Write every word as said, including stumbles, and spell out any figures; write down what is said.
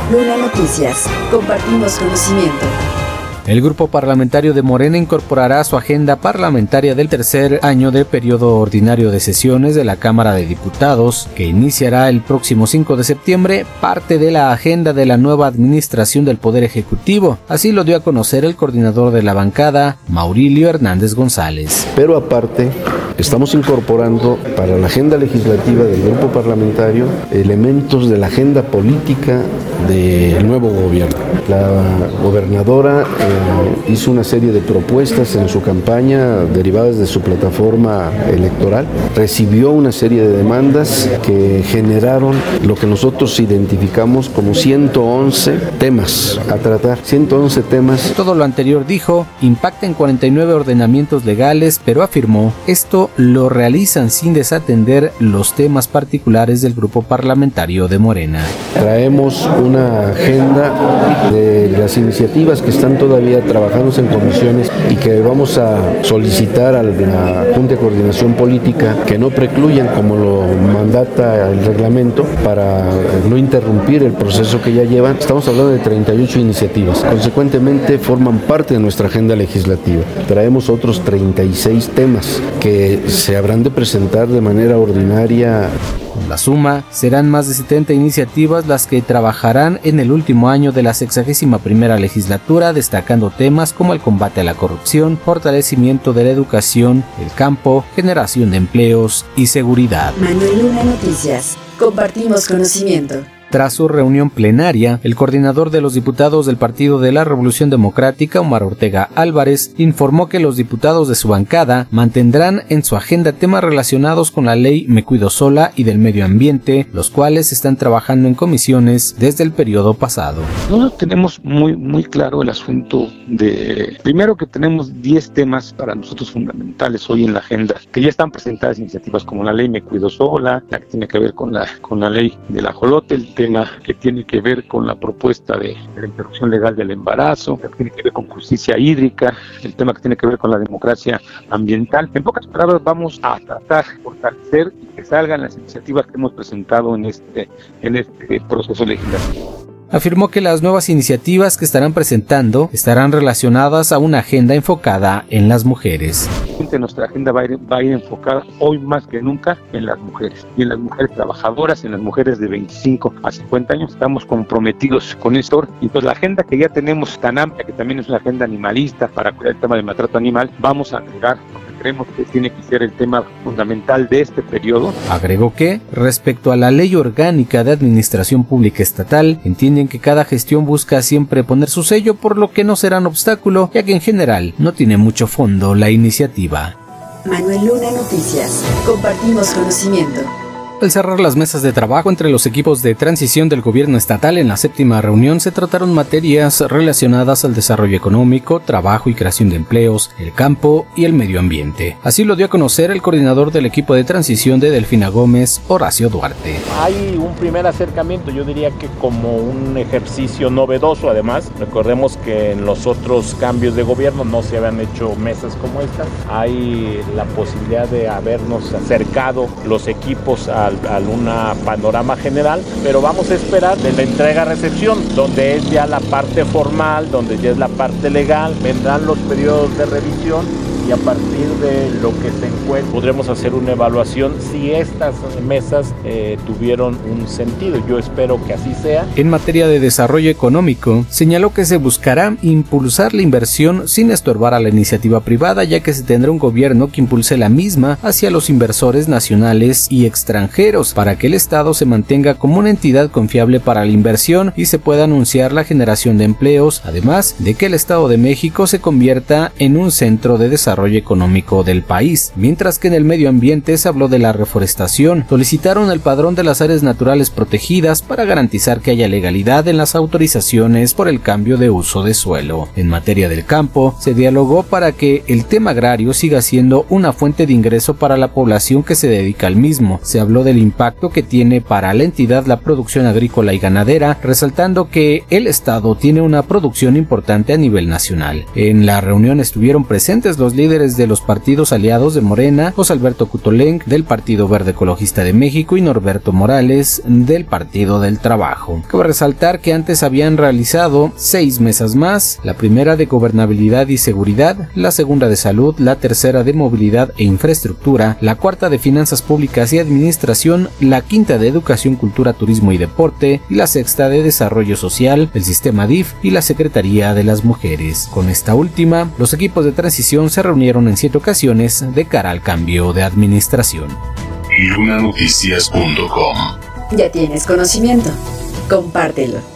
Luna Noticias. Compartimos conocimiento. El grupo parlamentario de Morena incorporará a su agenda parlamentaria del tercer año del periodo ordinario de sesiones de la Cámara de Diputados, que iniciará el próximo cinco de septiembre, parte de la agenda de la nueva administración del Poder Ejecutivo. Así lo dio a conocer el coordinador de la bancada, Maurilio Hernández González. Pero aparte, estamos incorporando para la agenda legislativa del grupo parlamentario elementos de la agenda política del nuevo gobierno. La gobernadora eh, hizo una serie de propuestas en su campaña derivadas de su plataforma electoral. Recibió una serie de demandas que generaron lo que nosotros identificamos como ciento once temas a tratar. ciento once temas. Todo lo anterior, dijo, impacta en cuarenta y nueve ordenamientos legales, pero afirmó, esto lo realizan sin desatender los temas particulares del grupo parlamentario de Morena. Traemos una agenda de las iniciativas que están todavía trabajándose en comisiones y que vamos a solicitar a la Junta de Coordinación Política que no precluyan, como lo mandata el reglamento, para no interrumpir el proceso que ya llevan. Estamos hablando de treinta y ocho iniciativas. Consecuentemente, forman parte de nuestra agenda legislativa. Traemos otros treinta y seis temas que se habrán de presentar de manera ordinaria. Con la suma, serán más de setenta iniciativas las que trabajarán en el último año de la sexagésima primera legislatura, destacando temas como el combate a la corrupción, fortalecimiento de la educación, el campo, generación de empleos y seguridad. Manuel Luna Noticias. Compartimos conocimiento. Tras su reunión plenaria, el coordinador de los diputados del Partido de la Revolución Democrática, Omar Ortega Álvarez, informó que los diputados de su bancada mantendrán en su agenda temas relacionados con la ley Me Cuido Sola y del medio ambiente, los cuales están trabajando en comisiones desde el periodo pasado. Nosotros tenemos muy, muy claro el asunto de, primero que tenemos diez temas para nosotros fundamentales hoy en la agenda, que ya están presentadas iniciativas como la ley Me Cuido Sola, la que tiene que ver con la, con la ley del ajolote, el tema que tiene que ver con la propuesta de, de la interrupción legal del embarazo, que tiene que ver con justicia hídrica, el tema que tiene que ver con la democracia ambiental. En pocas palabras, vamos a tratar de fortalecer y que salgan las iniciativas que hemos presentado en este, en este proceso legislativo. Afirmó que las nuevas iniciativas que estarán presentando estarán relacionadas a una agenda enfocada en las mujeres. Nuestra agenda va a, ir, va a ir enfocada hoy más que nunca en las mujeres, y en las mujeres trabajadoras, en las mujeres de veinticinco a cincuenta años. Estamos comprometidos con esto, y pues la agenda que ya tenemos tan amplia, que también es una agenda animalista para cuidar el tema del maltrato animal, vamos a agregar lo que creemos que tiene que ser el tema fundamental de este periodo. Agregó que, respecto a la Ley Orgánica de Administración Pública Estatal, entienden que cada gestión busca siempre poner su sello, por lo que no serán obstáculo, ya que en general no tiene mucho fondo la iniciativa. Manuel Luna Noticias. Compartimos conocimiento. Al cerrar las mesas de trabajo entre los equipos de transición del gobierno estatal en la séptima reunión, se trataron materias relacionadas al desarrollo económico, trabajo y creación de empleos, el campo y el medio ambiente. Así lo dio a conocer el coordinador del equipo de transición de Delfina Gómez, Horacio Duarte. Hay un primer acercamiento, yo diría que como un ejercicio novedoso. Además, recordemos que en los otros cambios de gobierno no se habían hecho mesas como esta. Hay la posibilidad de habernos acercado los equipos a a una panorama general, pero vamos a esperar de la entrega-recepción, donde es ya la parte formal, donde ya es la parte legal, vendrán los periodos de revisión y a partir de lo que se encuentre podremos hacer una evaluación si estas mesas eh, tuvieron un sentido. Yo espero que así sea. En materia de desarrollo económico, señaló que se buscará impulsar la inversión sin estorbar a la iniciativa privada, ya que se tendrá un gobierno que impulse la misma hacia los inversores nacionales y extranjeros, para que el Estado se mantenga como una entidad confiable para la inversión y se pueda anunciar la generación de empleos, además de que el Estado de México se convierta en un centro de desarrollo económico del país. Mientras que en el medio ambiente se habló de la reforestación, solicitaron el padrón de las áreas naturales protegidas para garantizar que haya legalidad en las autorizaciones por el cambio de uso de suelo. En materia del campo, se dialogó para que el tema agrario siga siendo una fuente de ingreso para la población que se dedica al mismo. Se habló del impacto que tiene para la entidad la producción agrícola y ganadera, resaltando que el Estado tiene una producción importante a nivel nacional. En la reunión estuvieron presentes los líderes líderes de los partidos aliados de Morena, José Alberto Cutolenc del Partido Verde Ecologista de México y Norberto Morales del Partido del Trabajo. Cabe resaltar que antes habían realizado seis mesas más, la primera de gobernabilidad y seguridad, la segunda de salud, la tercera de movilidad e infraestructura, la cuarta de finanzas públicas y administración, la quinta de educación, cultura, turismo y deporte y la sexta de desarrollo social, el sistema D I F y la Secretaría de las Mujeres. Con esta última, los equipos de transición se reunieron en siete ocasiones de cara al cambio de administración. lunanoticias punto com. Ya tienes conocimiento. Compártelo.